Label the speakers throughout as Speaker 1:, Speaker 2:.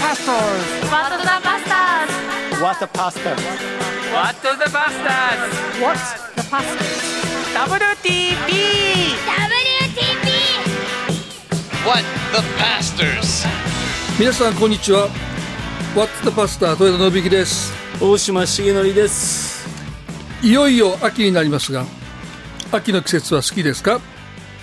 Speaker 1: pastors?
Speaker 2: What the bastards?
Speaker 3: What the pastors?
Speaker 1: What the bastards?
Speaker 3: What's the pastors?
Speaker 1: WTP!
Speaker 4: What the pastors?
Speaker 5: 皆さんこんにちは。 What's the pastor 豊田信之です。
Speaker 6: 大島重則です。
Speaker 5: いよいよ秋になりますが、秋の季節は好きですか？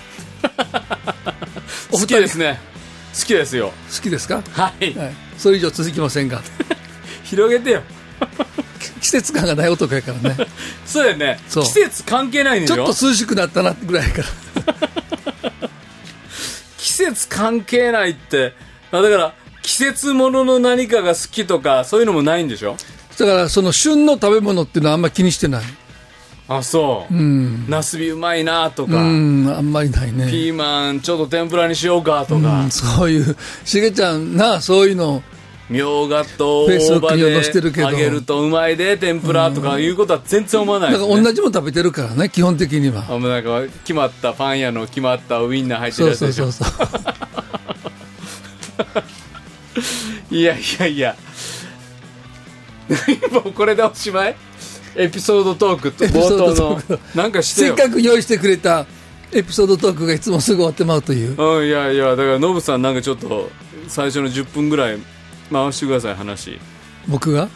Speaker 6: 好きですね。好きですよ。
Speaker 5: 好きですか？
Speaker 6: はい、
Speaker 5: はい、それ以上続きませんが
Speaker 6: 広げてよ
Speaker 5: 季節感がない男やからね
Speaker 6: そうやね。
Speaker 5: そう
Speaker 6: 季節関係ないんでしょ。
Speaker 5: ちょっと涼しくなったなってぐらいから
Speaker 6: 季節関係ないって、だから季節ものの何かが好きとかそういうのもないんでしょ。
Speaker 5: だからその旬の食べ物っていうのはあんまり気にしてない。
Speaker 6: あ、そう、ナスビうまいなとか、
Speaker 5: あんまりないね。
Speaker 6: ピーマンちょっと天ぷらにしようかとか、
Speaker 5: そういうしげちゃんな、そういうの
Speaker 6: みょうがと大葉で揚げるとうまいで天ぷらとかいうことは全然思わないですね。
Speaker 5: なんか同じもの食べてるからね、基本的には。
Speaker 6: なんか決まったパン屋の決まったウインナー入ってるやつでしょ。
Speaker 5: そう
Speaker 6: いやもうこれでおしまい。エピソードトークと冒頭のなんかしてよ。
Speaker 5: せっかく用意してくれたエピソードトークがいつもすぐ終わってまうという。
Speaker 6: いやだからノブさんなんかちょっと最初の10分ぐらい回してください話。
Speaker 5: 僕が、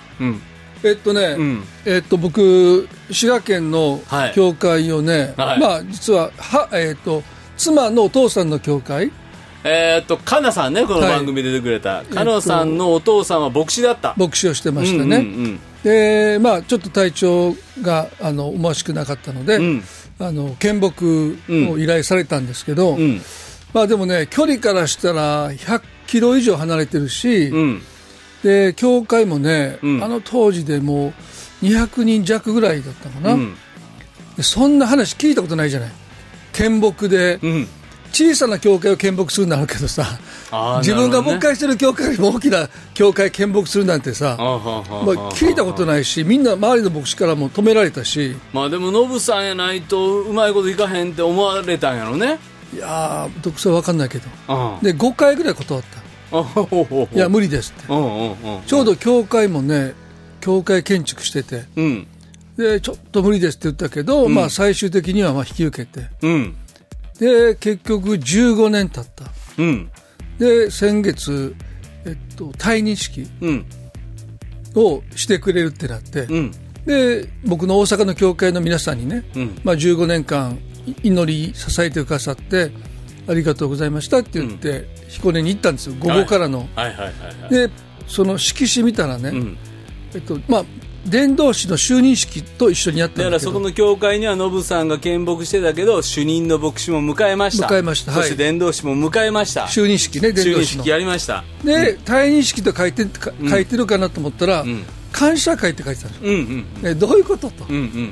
Speaker 5: 僕滋賀県の教会をね、実は妻のお父さんの教会、
Speaker 6: かなさんね、この番組で出てくれた、かなさんのお父さんは牧師だった。
Speaker 5: 牧師をしてましたね、でちょっと体調が思わしくなかったので、献木を依頼されたんですけど、でもね、距離からしたら100キロ以上離れてるし、で教会もね、当時でもう200人弱ぐらいだったかな、でそんな話聞いたことないじゃない。献木で、小さな教会を献木するのあるけどさ、自分が牧会してる教会よりも大きな教会献木するなんてさ、聞いたことないし、みんな周りの牧師からも止められたし。でも
Speaker 6: ノブさんやないとうまいこといかへんって思われたんやろね。
Speaker 5: いやー、独裁分かんないけど、で5回ぐらい断った。いや無理ですって、ちょうど教会もね、教会建築してて、でちょっと無理ですって言ったけど、最終的には引き受けて、で結局15年経った、で先月、退任式をしてくれるってなって、で僕の大阪の教会の皆さんにね、15年間祈り支えてくださってありがとうございましたって言って、彦根に行ったんですよ、午後からの。でその色紙見たらね、伝道師の就任式と一緒にやったんだけど、
Speaker 6: だからそこの教会にはノブさんが献木してたけど、主任の牧師も迎えました。そして伝道師も迎えました。
Speaker 5: 就任式ね、伝道師の
Speaker 6: 就任式やりました。
Speaker 5: で退任式と書いてるかなと思ったら、感謝会って書いてたんですよ、どういうことと、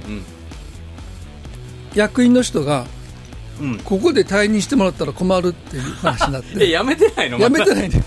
Speaker 5: 役員の人がここで退任してもらったら困るっていう話になって
Speaker 6: やめてないの？
Speaker 5: やめてないね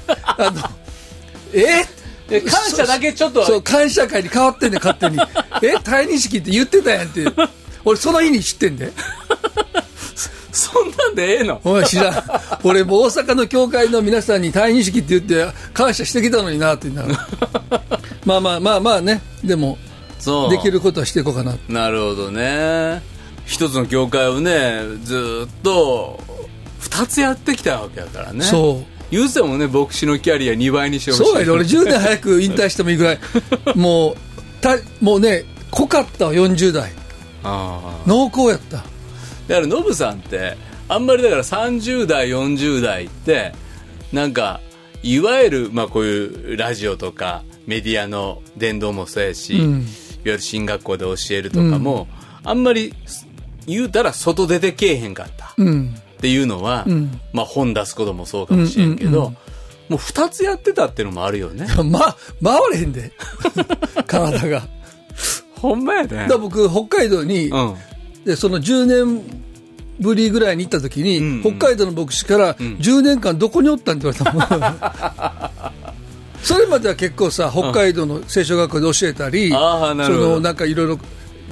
Speaker 6: 感謝だけちょっと
Speaker 5: そう感謝会に変わってんね、勝手に退任式って言ってたやんって俺その日に知ってんで
Speaker 6: そんなんでええの？
Speaker 5: お前知らん俺も大阪の教会の皆さんに退任式って言って感謝してきたのになってなるまあね、でもできることはしていこうかな。
Speaker 6: なるほどね。一つの教会をね、ずっと2つやってきたわけだからね。
Speaker 5: そう
Speaker 6: 言うてもね、牧師のキャリア2倍にしてほしい。
Speaker 5: そうやで、俺10年早く引退してもいいぐらいもうね、濃かったわ。40代濃厚やった。
Speaker 6: だからノブさんってあんまりだから30代40代ってなんかいわゆるこういうラジオとかメディアの伝道もそうやし、いわゆる進学校で教えるとかも、あんまり言うたら外出てけえへんかった、っていうのは、本出すこともそうかもしれんけど、もう2つやってたっていうのもあるよね。
Speaker 5: 回れへんで体が
Speaker 6: ほんまやね。
Speaker 5: だから僕北海道に、でその10年ぶりぐらいに行った時に、北海道の牧師から10年間どこにおったんって言われたもんそれまでは結構さ、北海道の聖書学校で教えたり、そのなんかいろいろ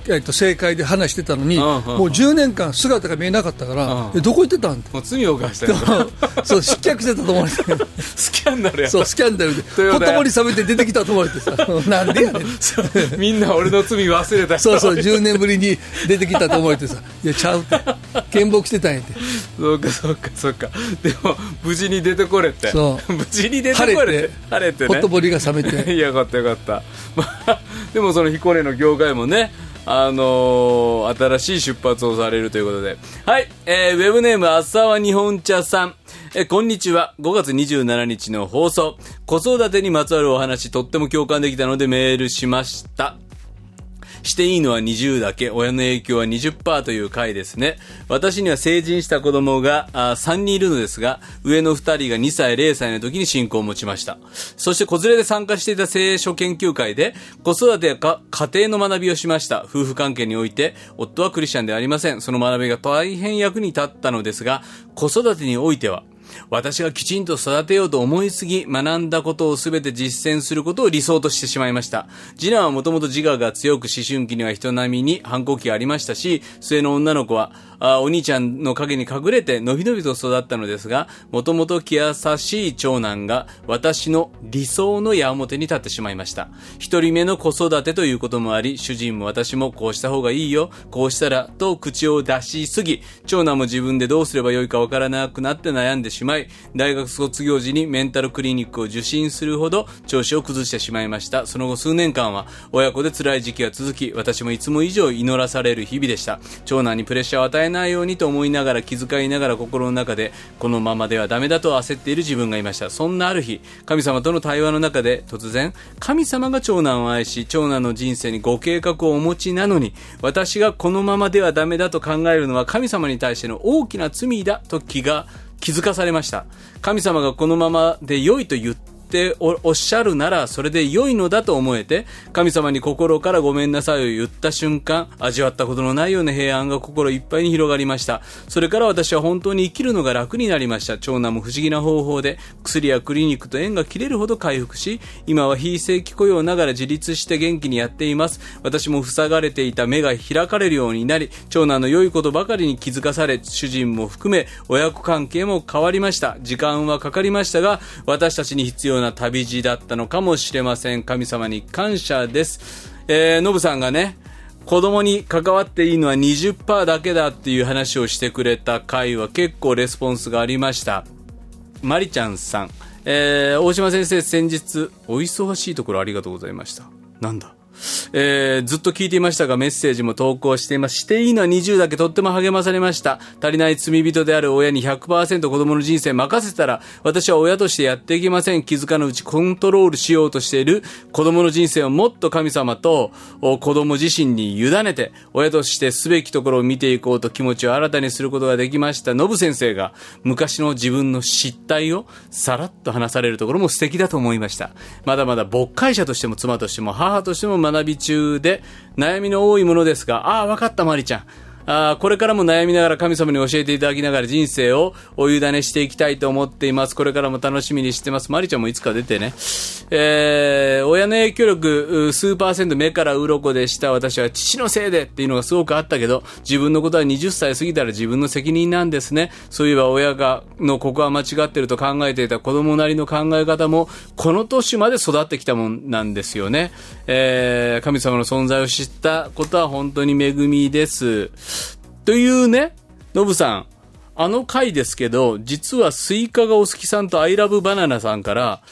Speaker 5: 正解で話してたのに、もう10年間姿が見えなかったから、どこ行ってたんって。
Speaker 6: もう罪を犯したよ
Speaker 5: そう失脚してたと思われて
Speaker 6: スキャンダルやった。
Speaker 5: そうスキャンダルでほとぼり冷めて出てきたと思われてさなんでやねん
Speaker 6: みんな俺の罪忘れた
Speaker 5: そう10年ぶりに出てきたと思われてさいやちゃうって見牧してたんやって。
Speaker 6: そうかでも無事に出てこれて無事に出てこれて晴れてね
Speaker 5: ほとぼりが冷めて
Speaker 6: よかった、でもその彦根の業界もね新しい出発をされるということで、はい、ウェブネーム浅輪日本茶さん、こんにちは。5月27日の放送、子育てにまつわるお話、とっても共感できたのでメールしました。していいのは20だけ、親の影響は 20% という回ですね。私には成人した子供が3人いるのですが、上の2人が2歳0歳の時に信仰を持ちました。そして子連れで参加していた聖書研究会で子育てや家庭の学びをしました。夫婦関係において夫はクリスチャンではありません。その学びが大変役に立ったのですが、子育てにおいては私がきちんと育てようと思いすぎ、学んだことをすべて実践することを理想としてしまいました。次男はもともと自我が強く、思春期には人並みに反抗期がありましたし、末の女の子はお兄ちゃんの影に隠れてのびのびと育ったのですが、もともと気優しい長男が私の理想の矢面に立ってしまいました。一人目の子育てということもあり、主人も私もこうした方がいいよ、こうしたらと口を出しすぎ、長男も自分でどうすればよいかわからなくなって悩んでしまい、大学卒業時にメンタルクリニックを受診するほど調子を崩してしまいました。その後数年間は親子で辛い時期が続き、私もいつも以上祈らされる日々でした。長男にプレッシャーを与えないようにと思いながら、気遣いながら心の中でこのままではダメだと焦っている自分がいました。そんなある日、神様との対話の中で突然、神様が長男を愛し、長男の人生にご計画をお持ちなのに、私がこのままではダメだと考えるのは神様に対しての大きな罪だと気づかされました。神様がこのままで良いと言っておっしゃるなら、それで良いのだと思えて、神様に心からごめんなさいを言った瞬間、味わったことのないような平安が心いっぱいに広がりました。それから私は本当に生きるのが楽になりました。長男も不思議な方法で薬やクリニックと縁が切れるほど回復し、今は非正規雇用ながら自立して元気にやっています。私も塞がれていた目が開かれるようになり、長男の良いことばかりに気づかされ、主人も含め親子関係も変わりました。時間はかかりましたが、私たちに必要な旅路だったのかもしれません。神様に感謝です。ノブさんがね、子供に関わっていいのは 20% だけだっていう話をしてくれた回は結構レスポンスがありました。マリちゃんさん、大島先生、先日お忙しいところありがとうございました。なんだ、ずっと聞いていましたが、メッセージも投稿しています。していいのは20だけ、とっても励まされました。足りない罪人である親に 100% 子供の人生任せたら、私は親としてやっていけません。気づかぬうちコントロールしようとしている子供の人生をもっと神様と子供自身に委ねて、親としてすべきところを見ていこうと気持ちを新たにすることができました。ノブ先生が昔の自分の失態をさらっと話されるところも素敵だと思いました。まだまだ牧会者としても妻としても母としても学び中で悩みの多いものですが、分かったマリちゃん、これからも悩みながら神様に教えていただきながら人生をお委ねしていきたいと思っています。これからも楽しみにしてます。マリちゃんもいつか出てね。親の影響力数%目から鱗でした。私は父のせいでっていうのがすごくあったけど、自分のことは20歳過ぎたら自分の責任なんですね。そういえば親のここは間違ってると考えていた子供なりの考え方もこの年まで育ってきたもんなんですよね。神様の存在を知ったことは本当に恵みです。というね、ノブさん、あの回ですけど、実はスイカがお好きさんとアイラブバナナさんから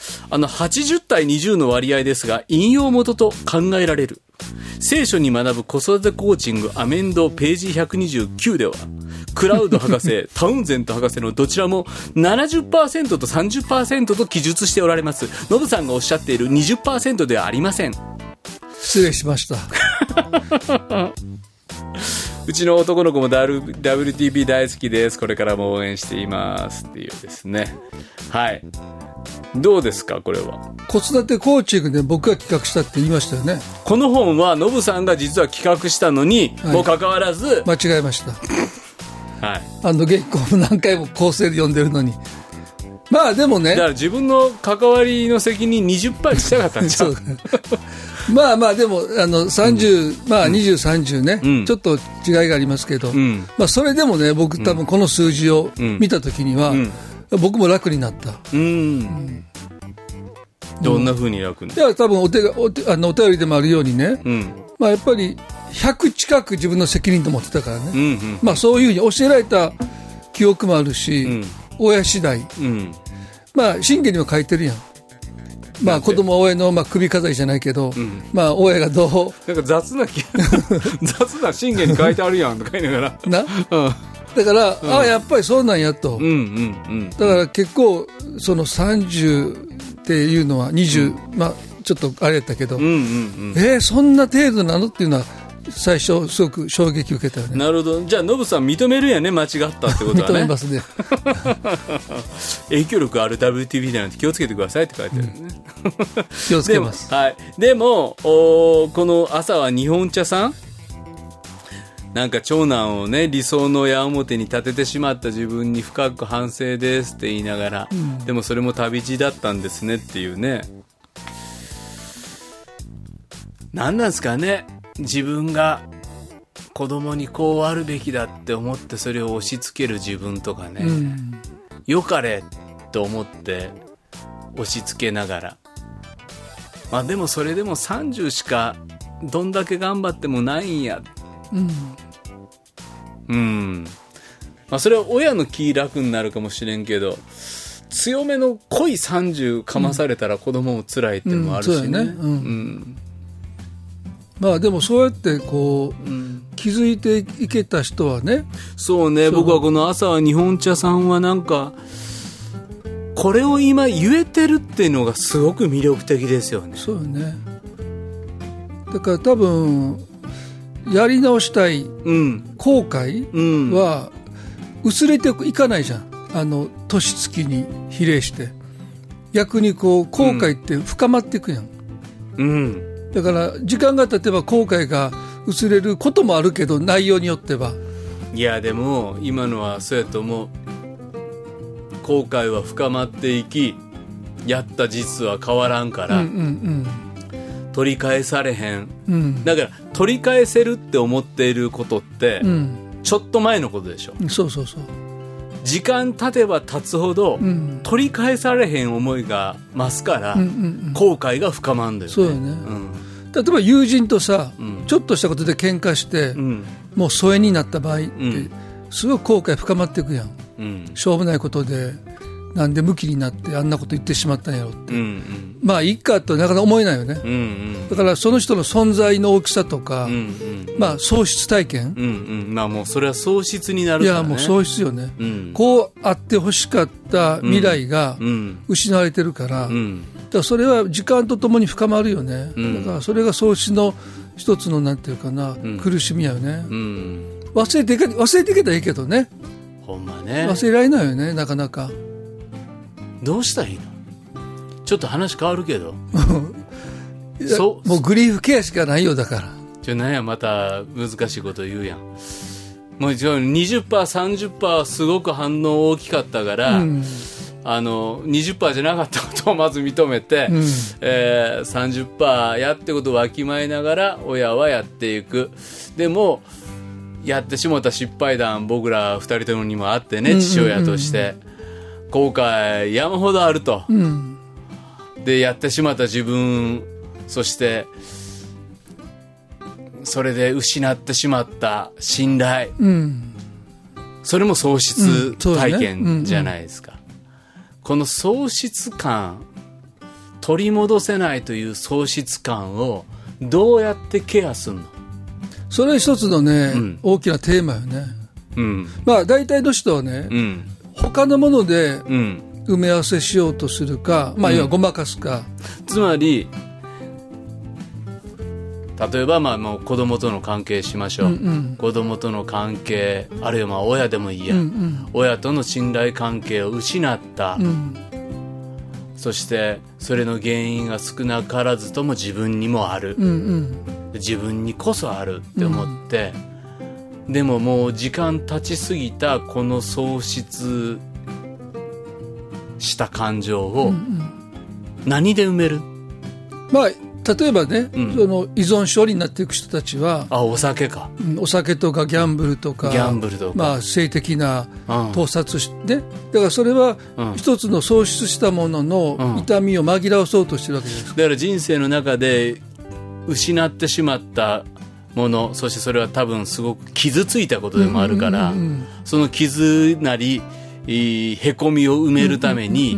Speaker 6: 80対20の割合ですが引用元と考えられる聖書に学ぶ子育てコーチングアメンドページ129では、クラウド博士タウンゼント博士のどちらも 70% と 30% と記述しておられます。ノブさんがおっしゃっている 20% ではありません。
Speaker 5: 失礼しました
Speaker 6: うちの男の子も WTP 大好きです。これからも応援していますっていうですね。はい。どうですかこれは。
Speaker 5: 子育てコーチングで僕が企画したって言いましたよね。
Speaker 6: この本はノブさんが実は企画したのに、はい、もう関わらず
Speaker 5: 間違えました。
Speaker 6: はい。
Speaker 5: 原稿も何回も構成で読んでるのにまあでもね、
Speaker 6: だから自分の関わりの責任 20% にしたかったんちゃう
Speaker 5: まあまあでも30、まあ20、30ね、ちょっと違いがありますけど、まあそれでもね、僕多分この数字を見たときには、僕も楽になった。
Speaker 6: どんな風に楽に？
Speaker 5: いや多分お便りでもあるようにね、まあやっぱり100近く自分の責任と思ってたからね、まあそういうふうに教えられた記憶もあるし、親次第、まあ信玄には書いてるやん。まあ子供は親のまあ首飾りじゃないけど、まあ親がどう
Speaker 6: なんか雑な信玄に書いてあるやんとか言いながら
Speaker 5: な、だから、ああやっぱりそうなんやと、だから結構その30っていうのは20、まあちょっとあれやったけど、そんな程度なのっていうのは最初すごく衝撃受けたよね。
Speaker 6: なるほど。じゃあノブさん認めるやね、間違ったってことはね。
Speaker 5: 認めますね
Speaker 6: 影響力ある WTV なんて気をつけてくださいって書いてあるね、
Speaker 5: 気をつけます。
Speaker 6: はい、でもこの朝は日本茶さん、なんか長男をね理想の矢面に立ててしまった自分に深く反省ですって言いながら、でもそれも旅路だったんですねっていうね。何なんですかね、自分が子供にこうあるべきだって思ってそれを押し付ける自分とかね、よかれと思って押し付けながら、まあでもそれでも30しかどんだけ頑張ってもないんや、まあそれは親の気楽になるかもしれんけど、強めの濃い30かまされたら子供も辛いっていうのもあるしね。
Speaker 5: まあでもそうやってこう、気づいていけた人はね、
Speaker 6: そうね、僕はこの朝は日本茶さんはなんかこれを今言えてるっていうのがすごく魅力的ですよね。
Speaker 5: そうよね。だから多分やり直したい後悔は薄れていかないじゃん、年月に比例して。逆にこう後悔って深まっていくやん、だから時間が経てば後悔が薄れることもあるけど、内容によっては。
Speaker 6: いやでも今のはそうやと思う。後悔は深まっていき、やった実は変わらんから、取り返されへん、だから取り返せるって思っていることって、ちょっと前のことでしょ。
Speaker 5: そうそうそう。
Speaker 6: 時間経てば経つほど、取り返されへん思いが増すから、後悔が深まるんだよね。
Speaker 5: そうよね、例えば友人とさ、ちょっとしたことで喧嘩して、もう疎遠になった場合って、すごく後悔深まっていくやん、しょうもないことでなんでムキになってあんなこと言ってしまったんやろって、まあいいかとなかなか思えないよね、だからその人の存在の大きさとか、まあ喪失体験、
Speaker 6: まあもうそれは喪失になるからね。
Speaker 5: いやもう喪失よね、こうあってほしかった未来が失われてるから、だからそれは時間とともに深まるよね、だからそれが喪失の一つのなんていうかな、苦しみやよね、忘れていけたらいいけどね、
Speaker 6: ほんまね、
Speaker 5: 忘れられないよね、なかなか。
Speaker 6: どうしたらいいの？ちょっと話変わるけど
Speaker 5: もうグリーフケアしかないよ。だから
Speaker 6: なんやまた難しいこと言うやん。もう 20%、30% すごく反応大きかったから、20% じゃなかったことをまず認めて、30% やってことをわきまえながら親はやっていく。でもやってしもた失敗談、僕ら2人ともにもあってね、父親として後悔山ほどあると、でやってしまった自分、そしてそれで失ってしまった信頼、それも喪失体験じゃないですか、この喪失感、取り戻せないという喪失感をどうやってケアするの？
Speaker 5: それ一つのね、大きなテーマよね、まあ大体の人はね、他のもので埋め合わせしようとするか、まあ要はごまかすか、
Speaker 6: つまり例えばまあもう子供との関係しましょう、子供との関係、あるいはまあ親でもいいや、親との信頼関係を失った、そしてそれの原因が少なからずとも自分にもある、自分にこそあるって思って、でももう時間経ちすぎたこの喪失した感情を何で埋める？
Speaker 5: まあ例えばね、その依存症になっていく人たちは
Speaker 6: お酒か、
Speaker 5: お酒とかギャンブルとか、まあ、性的な盗撮して、だからそれは一つの喪失したものの痛みを紛らわそうとしてるわけです。
Speaker 6: だから人生の中で失ってしまったもの、そしてそれは多分すごく傷ついたことでもあるから、その傷なりへこみを埋めるために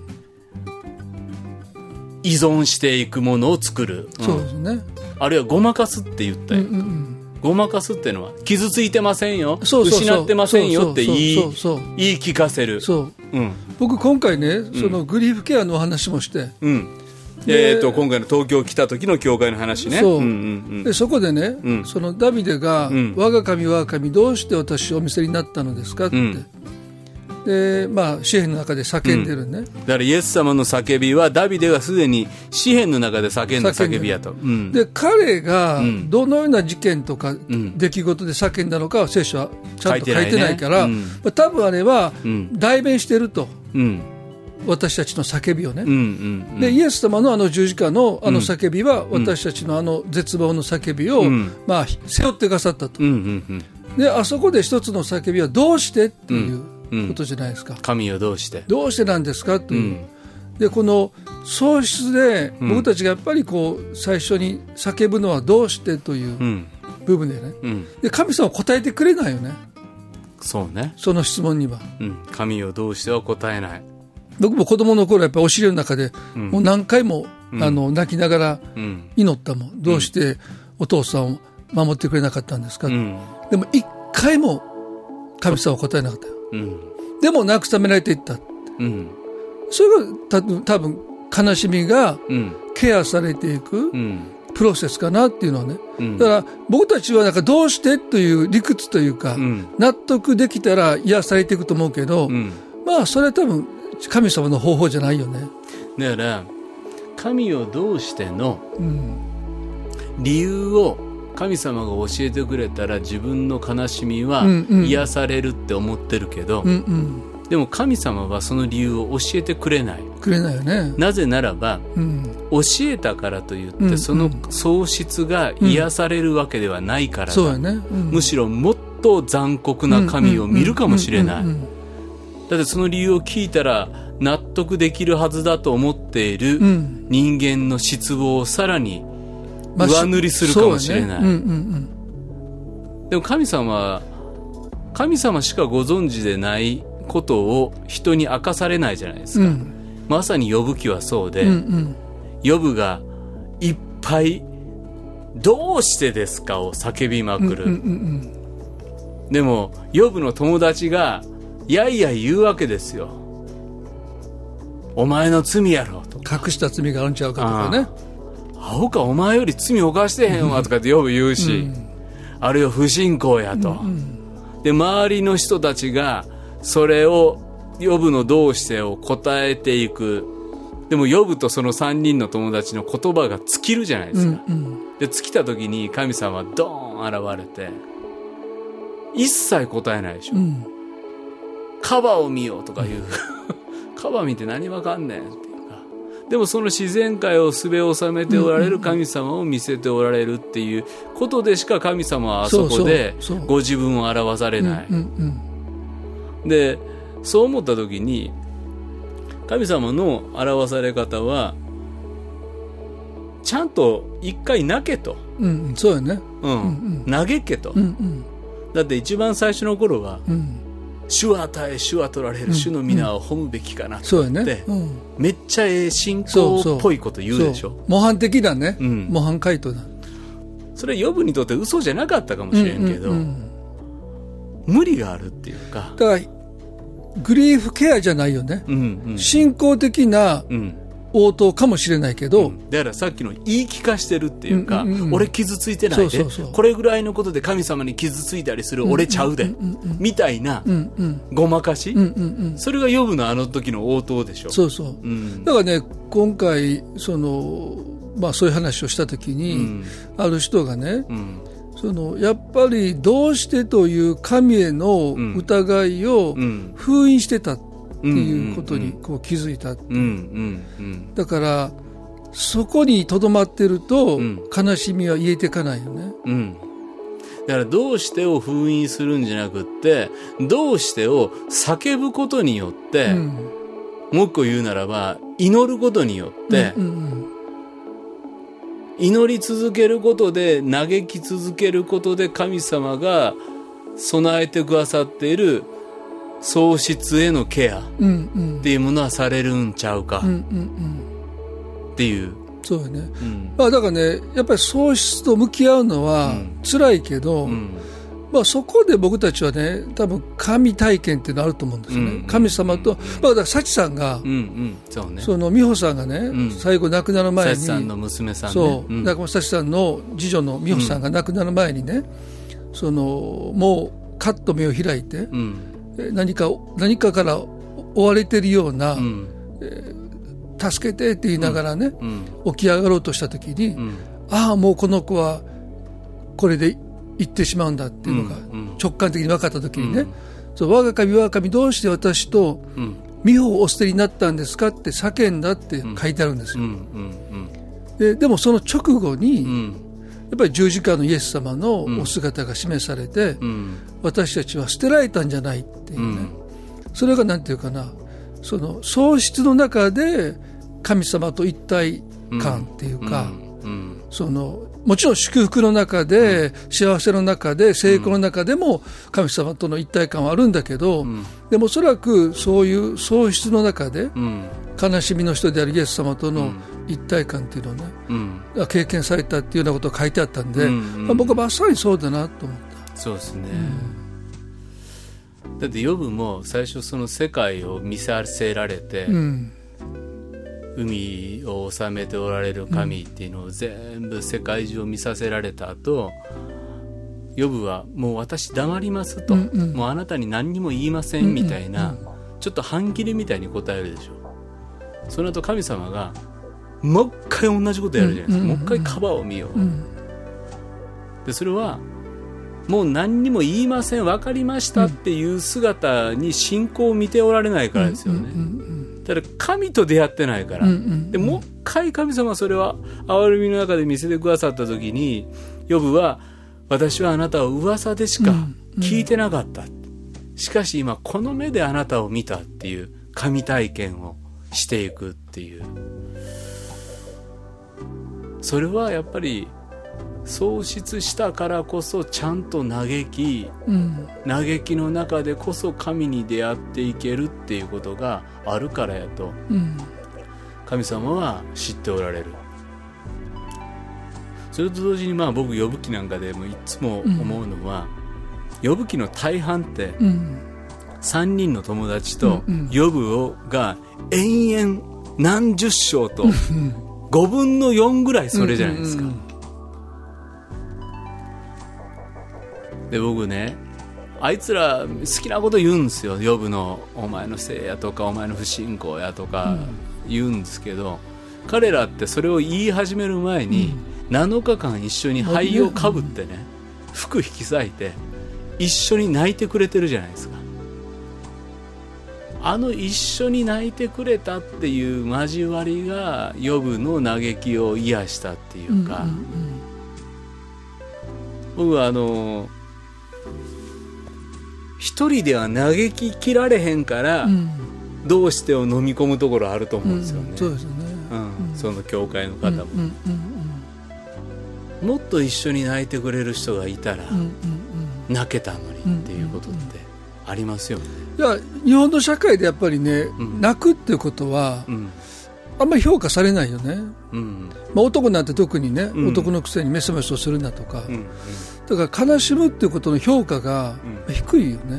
Speaker 6: 依存していくものを作る、
Speaker 5: そうですね。
Speaker 6: あるいはごまかすって言ったよ、ごまかすっていうのは傷ついてませんよ、失ってませんよって言い聞かせる。僕今回ね、そのグリーフケアのお話もして、今回の東京来た時の教会の話ね。でそこでね、そのダビデが、我が神我が神どうして私をお見せになったのですかって、でまあ詩篇の中で叫んでるね、 だからイエス様の叫びはダビデがすでに詩篇の中で叫んだ叫びやと、
Speaker 5: で彼がどのような事件とか出来事で叫んだのかは聖書はちゃんと書いてないから、多分あれは代弁してると、私たちの叫びをね、でイエス様のあの十字架のあの叫びは、私たちのあの絶望の叫びを、まあ、背負ってくださったと、であそこで一つの叫びはどうしてっていうことじゃないですか、
Speaker 6: 神よどうして
Speaker 5: なんですかという、でこの喪失で僕たちがやっぱりこう最初に叫ぶのはどうしてという部分でね、で神様は答えてくれないよね。
Speaker 6: そうね、
Speaker 5: その質問には、
Speaker 6: 神よどうしては答えない。
Speaker 5: 僕も子供の頃やっぱりお尻の中でもう何回も、泣きながら祈ったもん、どうしてお父さんを守ってくれなかったんですか、でも一回も神様は答えなかったよ、でも慰められていった、それが多分悲しみがケアされていくプロセスかなっていうのはね、だから僕たちはなんかどうしてという理屈というか、納得できたら癒されていくと思うけど、まあそれは多分神様の方法じゃないよね。
Speaker 6: だから神をどうしての理由を神様が教えてくれたら自分の悲しみは癒されるって思ってるけど、でも神様はその理由を教えてくれない
Speaker 5: よね。
Speaker 6: なぜならば、教えたからといって、その喪失が癒されるわけではないからだ、むしろもっと残酷な神を見るかもしれない。だってその理由を聞いたら納得できるはずだと思っている人間の失望をさらに上塗りするかもしれない、でも神様しかご存知でないことを人に明かされないじゃないですか、まさにヨブ記はそうで、ヨブがいっぱいどうしてですかを叫びまくる、でもヨブの友達がいやいや言うわけですよ。お前の罪やろとか、
Speaker 5: 隠した罪があるんちゃうかとかね、
Speaker 6: アホかお前より罪犯してへんわとかってヨブ言うし、あるいは不信仰やと、で周りの人たちがそれをヨブのどうしてを答えていく。でもヨブとその3人の友達の言葉が尽きるじゃないですか、で尽きた時に神様はドーン現れて一切答えないでしょ、カバを見ようとかいうカバ見て何わかんねんっていうか、でもその自然界をすべを収めておられる神様を見せておられるっていうことでしか神様はあそこでご自分を表されない。でそう思った時に神様の表され方はちゃんと一回泣けと、
Speaker 5: そうよね、
Speaker 6: 嘆けと、だって一番最初の頃は、主は与え主は取られる、主の皆を褒むべきかなと思って、めっちゃ信仰っぽいこと言うでしょ。
Speaker 5: 模範的だね、模範回答だ。
Speaker 6: それはヨブにとって嘘じゃなかったかもしれんけど、無理があるっていうか、
Speaker 5: だからグリーフケアじゃないよね、信仰的な応答かもしれないけど、
Speaker 6: だからさっきの言い聞かしてるっていうか、俺傷ついてないで、これぐらいのことで神様に傷ついたりする俺ちゃうで、みたいなごまかし、それがヨブのあの時の応答でしょ。だからね、今回そういう話をした時に、ある人がね、やっぱりどうしてという神への疑いを封印してた、
Speaker 5: っていうことにこう気づいた、だからそこにとどまってると悲しみは癒えていかないよね、
Speaker 6: だからどうしてを封印するんじゃなくってどうしてを叫ぶことによって、もう一個言うならば祈ることによって、祈り続けることで嘆き続けることで神様が備えてくださっている喪失へのケアっていうものはされるんちゃうかっていう。
Speaker 5: そうよね、だからねやっぱり喪失と向き合うのは辛いけど、そこで僕たちはね多分神体験っていうのあると思うんですよね、神様と、だから幸さんが、その美穂さんがね、最後亡くなる前に
Speaker 6: 幸さんの娘さんね、
Speaker 5: だから幸さんの次女の美穂さんが亡くなる前にね、そのもうカッと目を開いて、何かから追われているような、助けてって言いながらね、起き上がろうとした時に、ああもうこの子はこれで行ってしまうんだっていうのが直感的に分かった時にね、我が神どうして私と美穂をお捨てになったんですかって叫んだって書いてあるんですよ、でもその直後に、やっぱり十字架のイエス様のお姿が示されて、私たちは捨てられたんじゃないっていうね、それがなんていうかな、その喪失の中で神様と一体感っていうか、そのもちろん祝福の中で、幸せの中で、成功の中でも神様との一体感はあるんだけど、でもおそらくそういう喪失の中で、悲しみの人であるイエス様との一体感っていうのをね、経験されたっていうようなことが書いてあったんで、僕はまさにそうだなと思った。
Speaker 6: そうですね、だってヨブも最初その世界を見させられて、海を治めておられる神っていうのを全部世界中を見させられた後、ヨブはもう私黙りますと、もうあなたに何にも言いませんみたいな、ちょっと半切れみたいに答えるでしょ。その後神様がもう一回同じことやるじゃないですか、もう一回カバを見よう、でそれはもう何にも言いません分かりましたっていう姿に信仰を見ておられないからですよね、ただ神と出会ってないから、でもう一回神様はそれは憐れみの中で見せてくださった時に、ヨブは私はあなたを噂でしか聞いてなかった、しかし今この目であなたを見たっていう神体験をしていくっていう、それはやっぱり喪失したからこそちゃんと嘆きの中でこそ神に出会っていけるっていうことがあるからやと、神様は知っておられる。それと同時に僕ヨブ記なんかでもいつも思うのは、ヨブ記の大半って、3人の友達とヨブが延々何十章と5分の4ぐらいそれじゃないですか、で僕ね、あいつら好きなこと言うんですよ。ヨブのお前のせいやとかお前の不信仰やとか言うんですけど、彼らってそれを言い始める前に7日間一緒に灰をかぶってね、服引き裂いて一緒に泣いてくれてるじゃないですか。一緒に泣いてくれたっていう交わりがヨブの嘆きを癒したっていうか、僕は一人では嘆ききられへんから、どうしてを飲み込むところあると思うんですよね、
Speaker 5: そうですよね、
Speaker 6: その教会の方も、もっと一緒に泣いてくれる人がいたら、泣けたのにっていうことってありますよね。
Speaker 5: いや日本の社会でやっぱりね、泣くっていうことは、あんまり評価されないよね、男なんて特にね、男のくせにメソメソするなとか、だから悲しむっていうことの評価が低いよね、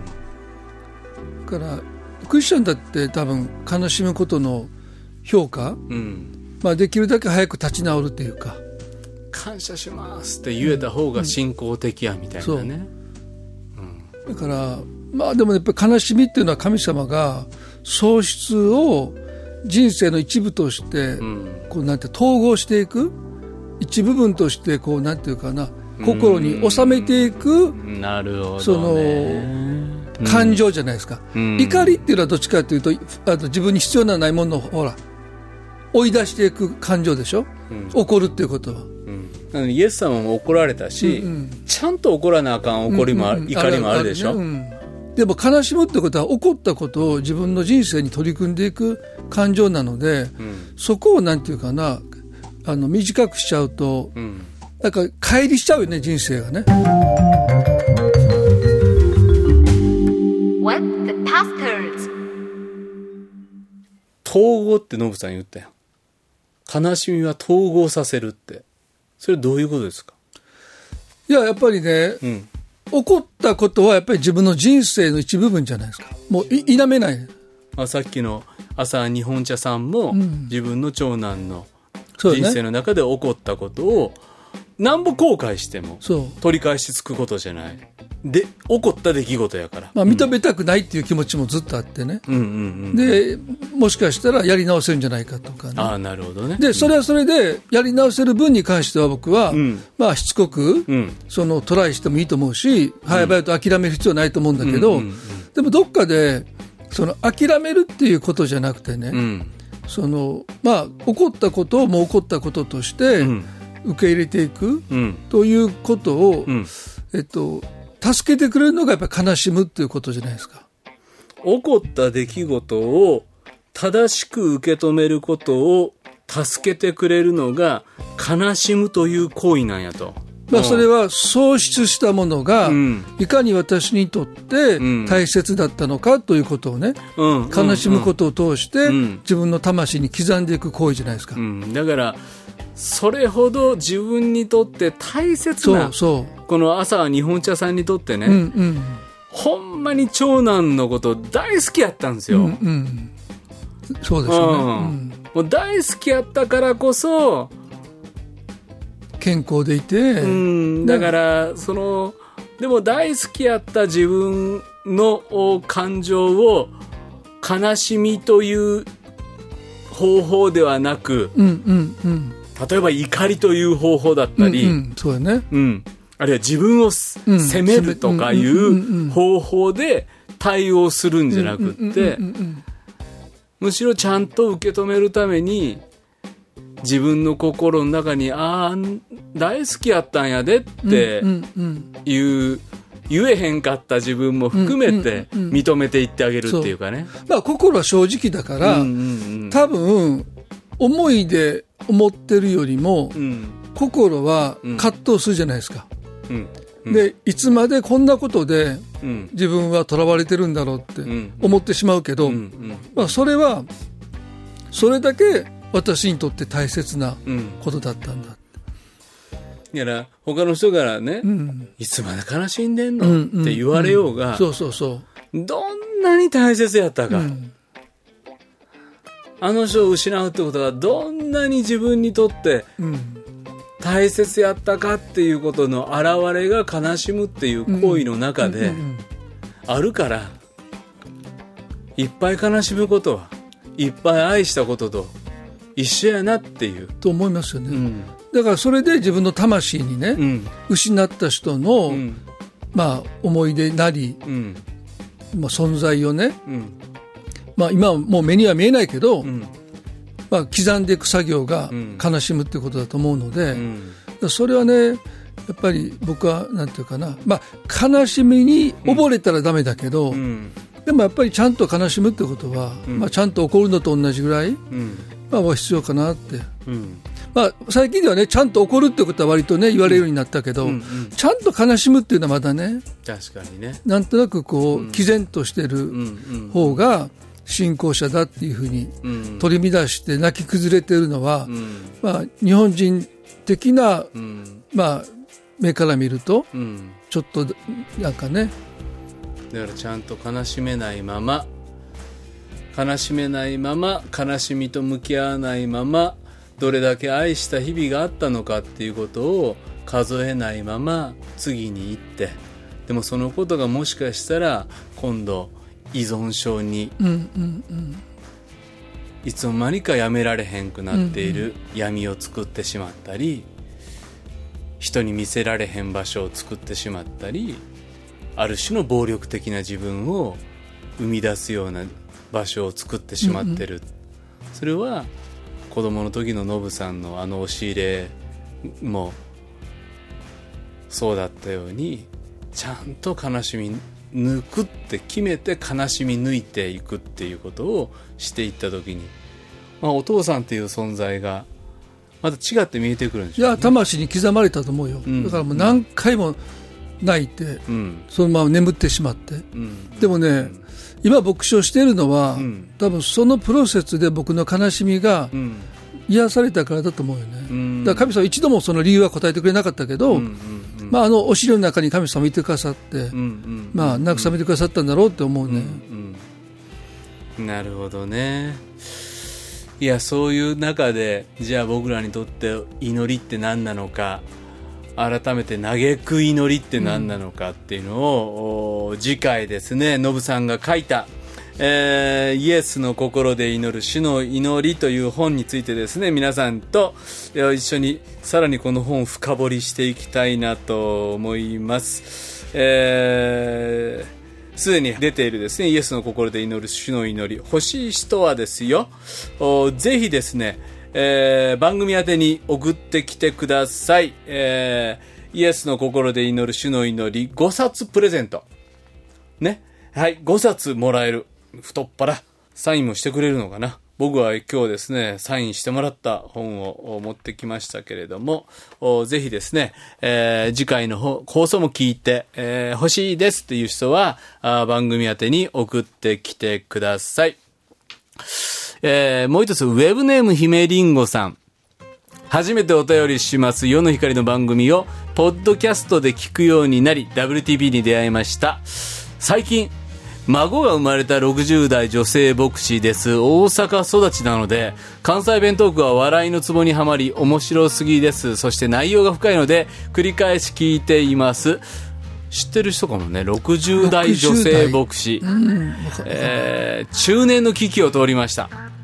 Speaker 5: だからクリスチャンだって多分悲しむことの評価、できるだけ早く立ち直るっていうか、
Speaker 6: 感謝しますって言えた方が信仰的やみたいなね、
Speaker 5: だからでもやっぱり悲しみっていうのは神様が喪失を人生の一部として、こうなんて統合していく一部分としてなんていうかな、心に収めていく、
Speaker 6: なるほどね、
Speaker 5: その感情じゃないですか、怒りっていうのはどっちかというと自分に必要なないものをほら追い出していく感情でしょ、怒るっていうことは、
Speaker 6: なのでイエス様も怒られたし、ちゃんと怒らなあかん怒りも怒りもあるでしょ、
Speaker 5: でも悲しむってことは起こったことを自分の人生に取り組んでいく感情なので、そこをなんていうかな短くしちゃうと、なんか乖離しちゃうよね、人生がね。
Speaker 2: What the pastors?
Speaker 6: 統合ってノブさん言ったよ。悲しみは統合させるって、それどういうことですか？
Speaker 5: いや、やっぱりね、起こったことはやっぱり自分の人生の一部分じゃないですか。もう否めない。
Speaker 6: さっきの朝日本茶さんも、自分の長男の人生の中で起こったことをなんぼ後悔しても取り返しつくことじゃないで、起こった出来事やから、
Speaker 5: 認めたくないっていう気持ちもずっとあってね、でもしかしたらやり直せるんじゃないかとかね。
Speaker 6: なるほどね。
Speaker 5: でそれはそれでやり直せる分に関しては僕は、しつこく、トライしてもいいと思うし、早々と諦める必要ないと思うんだけど、でもどっかで諦めるっていうことじゃなくてね、起こったことをもう起こったこととして受け入れていく、ということを、助けてくれるのがやっぱり悲しむっていうことじゃないですか。
Speaker 6: 起こった出来事を正しく受け止めることを助けてくれるのが悲しむという行為なんやと。
Speaker 5: それは喪失したものがいかに私にとって大切だったのかということをね、悲しむことを通して自分の魂に刻んでいく行為じゃないですか。
Speaker 6: だからそれほど自分にとって大切な、この朝日本茶さんにとってね、ほんまに長男のこと大好きやったんですよ。
Speaker 5: そうですよね、
Speaker 6: もう大好きやったからこそ
Speaker 5: 健康でいて、
Speaker 6: だからでも大好きやった自分の感情を悲しみという方法ではなく、例えば怒りという方法だったり、
Speaker 5: そうやね、
Speaker 6: あるいは自分を責めるとかいう方法で対応するんじゃなくって、むしろちゃんと受け止めるために自分の心の中に大好きやったんやでっていう言えへんかった自分も含めて認めていってあげるっていうかね。
Speaker 5: 心は正直だから、多分思いで思ってるよりも、心は葛藤するじゃないですか、でいつまでこんなことで自分は囚われてるんだろうって思ってしまうけど、それはそれだけ私にとって大切なことだったんだ。
Speaker 6: だから他の人からね、いつまで悲しんでんのって言われようが、どんなに大切やったか、あの人を失うってことがどんなに自分にとって大切やったかっていうことの表れが悲しむっていう行為の中であるから、いっぱい悲しむことはいっぱい愛したことと一緒やなっていう
Speaker 5: と思いますよね、だからそれで自分の魂にね、失った人の、思い出なり、存在をね、今はもう目には見えないけど、刻んでいく作業が悲しむってことだと思うので、それはねやっぱり僕はなんていうかな、悲しみに溺れたらダメだけど、でもやっぱりちゃんと悲しむってことは、ちゃんと怒るのと同じぐらい、必要かなって、最近ではねちゃんと怒るってことは割とね言われるようになったけど、ちゃんと悲しむっていうのはまだね、
Speaker 6: 確かにね、
Speaker 5: なんとなく毅然としてる方が信仰者だっていうふうに取り乱して泣き崩れているのは、日本人的な、目から見ると、ちょっとなんかね、
Speaker 6: だからちゃんと悲しめないまま悲しみと向き合わないまま、どれだけ愛した日々があったのかっていうことを数えないまま次に行って、でもそのことがもしかしたら今度依存症にいつの間にかやめられへんくなっている闇を作ってしまったり、人に見せられへん場所を作ってしまったり、 ある種の暴力的な自分を生み出すような場所を作ってしまってる、それは子供の時のノブさんの押し入れもそうだったように、ちゃんと悲しみ抜くって決めて悲しみ抜いていくっていうことをしていった時に、お父さんっていう存在がまた違って見えてくるんでしょうね。
Speaker 5: いや魂に刻まれたと思うよ、だからもう何回も泣いて、そのまま眠ってしまって、でもね、今牧師をしているのは、多分そのプロセスで僕の悲しみが癒されたからだと思うよね、だから神様は一度もその理由は答えてくれなかったけど、お尻の中に神様いてくださって、慰めてくださったんだろうって思うね、
Speaker 6: なるほどね。いや、そういう中でじゃあ僕らにとって祈りって何なのか、改めて嘆く祈りって何なのかっていうのを、次回ですね、ノブさんが書いた、イエスの心で祈る主の祈りという本についてですね、皆さんと一緒にさらにこの本を深掘りしていきたいなと思います。すでに出ているですね、イエスの心で祈る主の祈り、欲しい人はですよ、ぜひですね、番組宛てに送ってきてください。イエスの心で祈る主の祈り5冊プレゼントね。はい、5冊もらえる。太っ腹サインもしてくれるのかな。僕は今日ですね、サインしてもらった本を持ってきましたけれども、ぜひですね、次回の放送も聞いて、欲しいですっていう人は番組宛てに送ってきてください。もう一つ、ウェブネームひめりんごさん。初めてお便りします世の光の番組をポッドキャストで聞くようになり WTB に出会いました。最近孫が生まれた60代女性牧師です。大阪育ちなので関西弁トークは笑いのツボにはまり面白すぎです。そして内容が深いので繰り返し聞いています。知ってる人かもね。60代女性牧師、中年の危機を通りました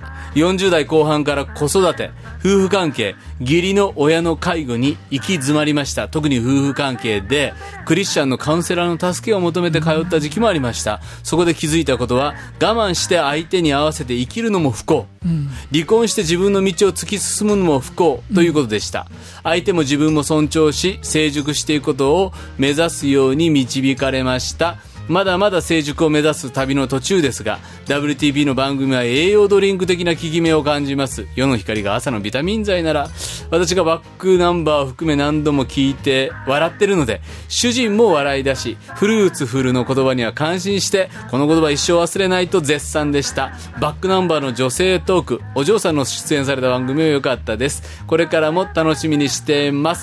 Speaker 6: 。40代後半から子育て、夫婦関係、義理の親の介護に行き詰まりました。特に夫婦関係でクリスチャンのカウンセラーの助けを求めて通った時期もありました。そこで気づいたことは、我慢して相手に合わせて生きるのも不幸、離婚して自分の道を突き進むのも不幸ということでした。相手も自分も尊重し成熟していくことを目指すように導かれました。まだまだ成熟を目指す旅の途中ですが WTB の番組は栄養ドリンク的な効き目を感じます。世の光が朝のビタミン剤なら私がバックナンバーを含め何度も聞いて笑ってるので主人も笑い出しフルーツフルの言葉には感心してこの言葉一生忘れないと絶賛でした。バックナンバーの女性トーク、お嬢さんの出演された番組は良かったです。これからも楽しみにしてます。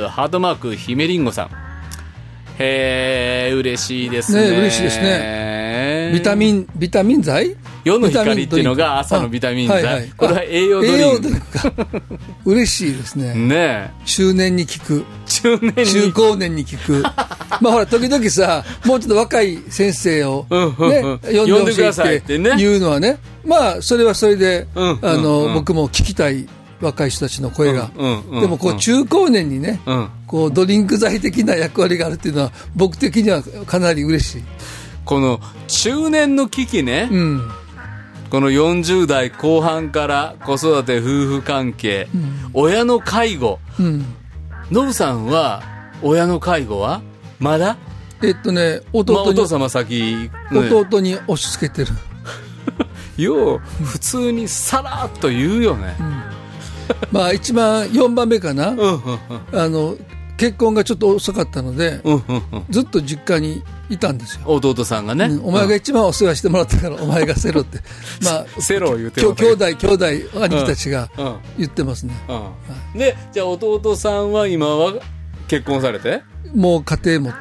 Speaker 6: ハートマークひめりんごさん。へー、嬉しいですね。
Speaker 5: 嬉しいですね。ビタミン剤？
Speaker 6: 世の光っていうのが朝のビタミン剤。これは栄養ドリンク。
Speaker 5: 嬉しいですね。
Speaker 6: ねえ。
Speaker 5: 中年に効く。中高年に効く。ほら、時々さ、もうちょっと若い先生を、ね、呼んでほしいって言うのはね。それはそれで、僕も聞きたい。若い人たちの声が、でもこう中高年にね、こうドリンク剤的な役割があるっていうのは僕的にはかなり嬉しい。
Speaker 6: この中年の危機ね、この40代後半から子育て夫婦関係、親の介護、ノブさんは親の介護はまだ
Speaker 5: お
Speaker 6: 父様先、
Speaker 5: 弟に押し付けてる
Speaker 6: よう普通にさらっと言うよね、
Speaker 5: 一番4番目かな、結婚がちょっと遅かったので、ずっと実家にいたんですよ。
Speaker 6: 弟さんがね、
Speaker 5: お前が一番お世話してもらったからお前がせろって
Speaker 6: せろを言ってる
Speaker 5: 兄弟兄貴たちが言ってますね、
Speaker 6: でじゃあ弟さんは今は結婚されて
Speaker 5: もう家庭持って、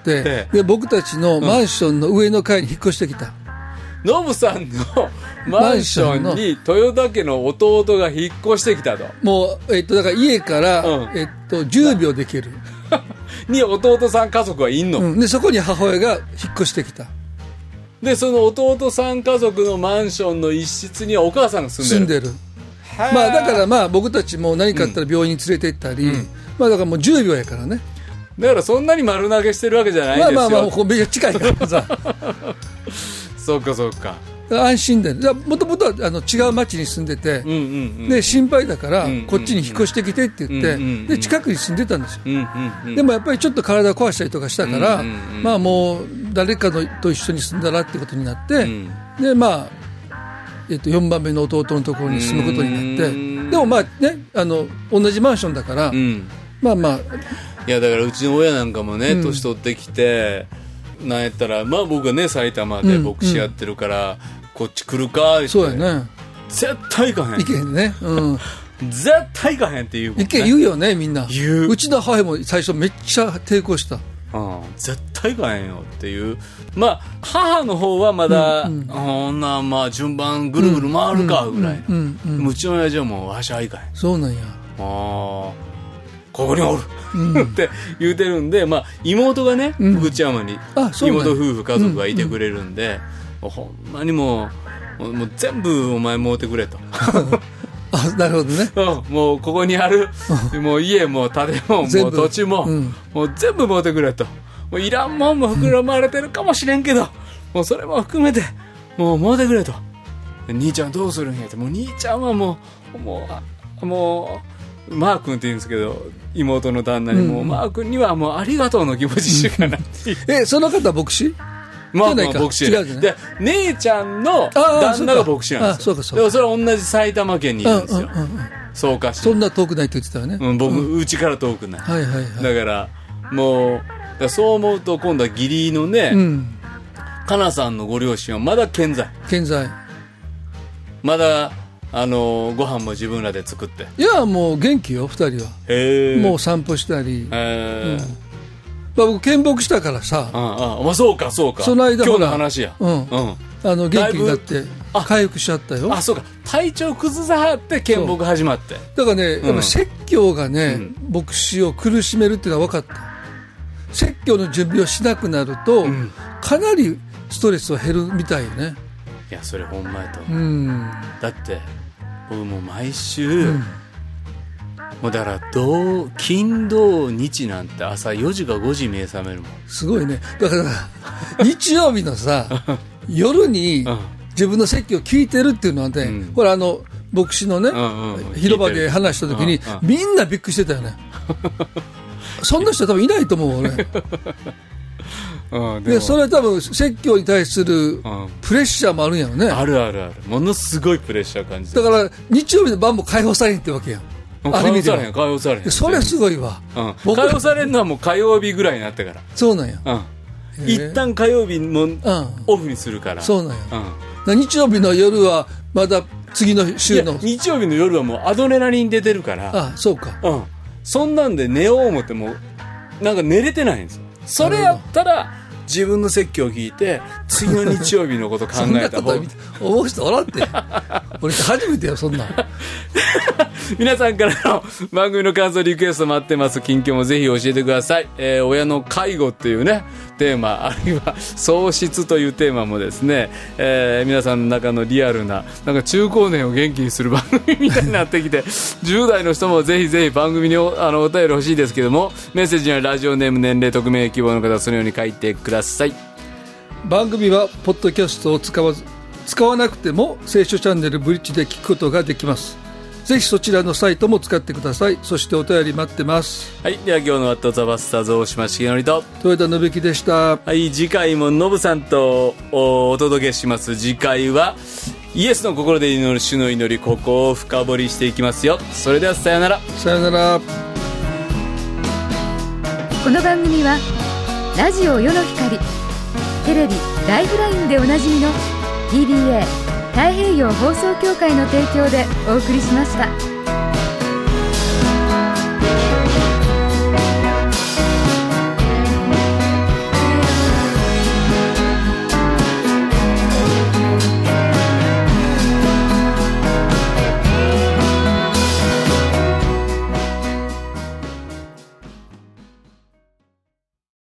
Speaker 5: で僕たちのマンションの上の階に引っ越してきた。
Speaker 6: ノブさんのマンションに豊田家の弟が引っ越してきたと。
Speaker 5: もう、だから家から、10秒で行ける
Speaker 6: に弟さん家族はいんの、
Speaker 5: でそこに母親が引っ越してきた。
Speaker 6: でその弟さん家族のマンションの一室にはお母さんが住んでる。だから僕たちも何かあったら病院に連れて行ったり、だからもう10秒やからね。 だからそんなに丸投げしてるわけじゃないんですよ。
Speaker 5: まあめっちゃ近いからさ
Speaker 6: そうかそうか、
Speaker 5: 安心で、もともとは違う町に住んでて、で心配だからこっちに引っ越してきてって言って、で近くに住んでたんですよ、でもやっぱりちょっと体壊したりとかしたから、まあもう誰かと一緒に住んだらってことになって、でまあ4番目の弟のところに住むことになって、でもまあね同じマンションだから、まあまあ
Speaker 6: いやだからうちの親なんかもね、年取ってきてなんやったら、まあ僕はね埼玉で牧師やってるから、こっち来るかって、
Speaker 5: そうやね、
Speaker 6: 絶対行かへん、
Speaker 5: 行けへんね、
Speaker 6: 絶対行かへんって言うもんね。
Speaker 5: 行け言うよね、みんな
Speaker 6: 言う。
Speaker 5: うちの母も最初めっちゃ抵抗した、
Speaker 6: 絶対行かへんよっていう。まあ母の方はまだ、まあ順番ぐるぐる回るかぐらいの、うちの親父はもうわしは行かへん。
Speaker 5: そうなんや、
Speaker 6: ここにおるって言うてるんで、まあ、妹がね、福知山に妹夫婦家族がいてくれるんで、ほんまにもう全部お前もうてくれと
Speaker 5: なるほどね、
Speaker 6: もうここにあるもう家も建物も土地も、もう全部もうてくれと、もういらんもんも膨らまれてるかもしれんけど、もうそれも含めてもううてくれと。兄ちゃんどうするんやって、もう兄ちゃんはもうマー君って言うんですけど、妹の旦那にも、マー君にはもうありがとうの気持ちしかない
Speaker 5: その方牧師？
Speaker 6: まあ牧師で、姉ちゃんの旦那が牧師なんですよ。でもそれは同じ埼玉県にいるんですよ、草加市。
Speaker 5: そんな遠くないって言ってたよね、
Speaker 6: 僕うちから遠くない、だからもうそう思うと今度は義理のね、かなさんのご両親はまだ健在、まだご飯も自分らで作って。
Speaker 5: いやもう元気よ2人は。もう散歩したり、僕見牧したからさ、
Speaker 6: まあそうかその間今日の話や、
Speaker 5: 元気になって回復しちゃったよ。
Speaker 6: そうか、体調崩さはって見牧始まって。
Speaker 5: だからね、やっぱ説教がね、牧師を苦しめるっていうのは分かった。説教の準備をしなくなると、かなりストレスは減るみたいよね。
Speaker 6: いやそれほんまやと思う、だって僕もう毎週、もうだから金土日なんて朝4時か5時目覚めるもん。す
Speaker 5: ごいね。だから日曜日のさ夜に自分の説教を聞いてるっていうのはね、これ牧師のね、広場で話した時に、みんなびっくりしてたよねそんな人多分いないと思う俺でそれは多分説教に対するプレッシャーもあるんやろね。
Speaker 6: あるものすごいプレッシャー感じて
Speaker 5: だから日曜日の晩も解放されんってわけやん。
Speaker 6: 解放されへん
Speaker 5: それすごいわ、
Speaker 6: 解放されるのはもう火曜日ぐらいになってから。
Speaker 5: そうなんや、
Speaker 6: 一旦火曜日もオフにするから。
Speaker 5: そうなんや、日曜日の夜はまだ次の週の
Speaker 6: 日曜日の夜はもうアドレナリン出てるから。
Speaker 5: そうか、
Speaker 6: そんなんで寝よう思ってもなんか寝れてないんですよ。それやったら自分の説教を聞いて次の日曜日のこと考えた方が
Speaker 5: 思う人おらんって俺初めてよそんな
Speaker 6: 皆さんからの番組の感想リクエスト待ってます。近況もぜひ教えてください。親の介護っていうねテーマ、あるいは喪失というテーマもですね、皆さんの中のリアルななんか中高年を元気にする番組みたいになってきて10代の人もぜひぜひ番組にお便り欲しいですけども、メッセージにはラジオネーム、年齢、匿名希望の方はそのように書いてください。
Speaker 5: 番組はポッドキャストを使わなくても聖書チャンネルブリッジで聞くことができます。ぜひそちらのサイトも使ってください。そしてお便り待ってます。
Speaker 6: はい、では今日のワットザバスターズ大島重則と
Speaker 5: 豊田信樹でした。
Speaker 6: はい、次回もノブさんとお届けします。次回はイエスの心で祈る主の祈り、ここを深掘りしていきますよ。それではさよなら。
Speaker 5: さよなら。
Speaker 2: この番組はラジオ世の光、テレビライフラインでおなじみの TBA 太平洋放送協会の提供でお送りしました。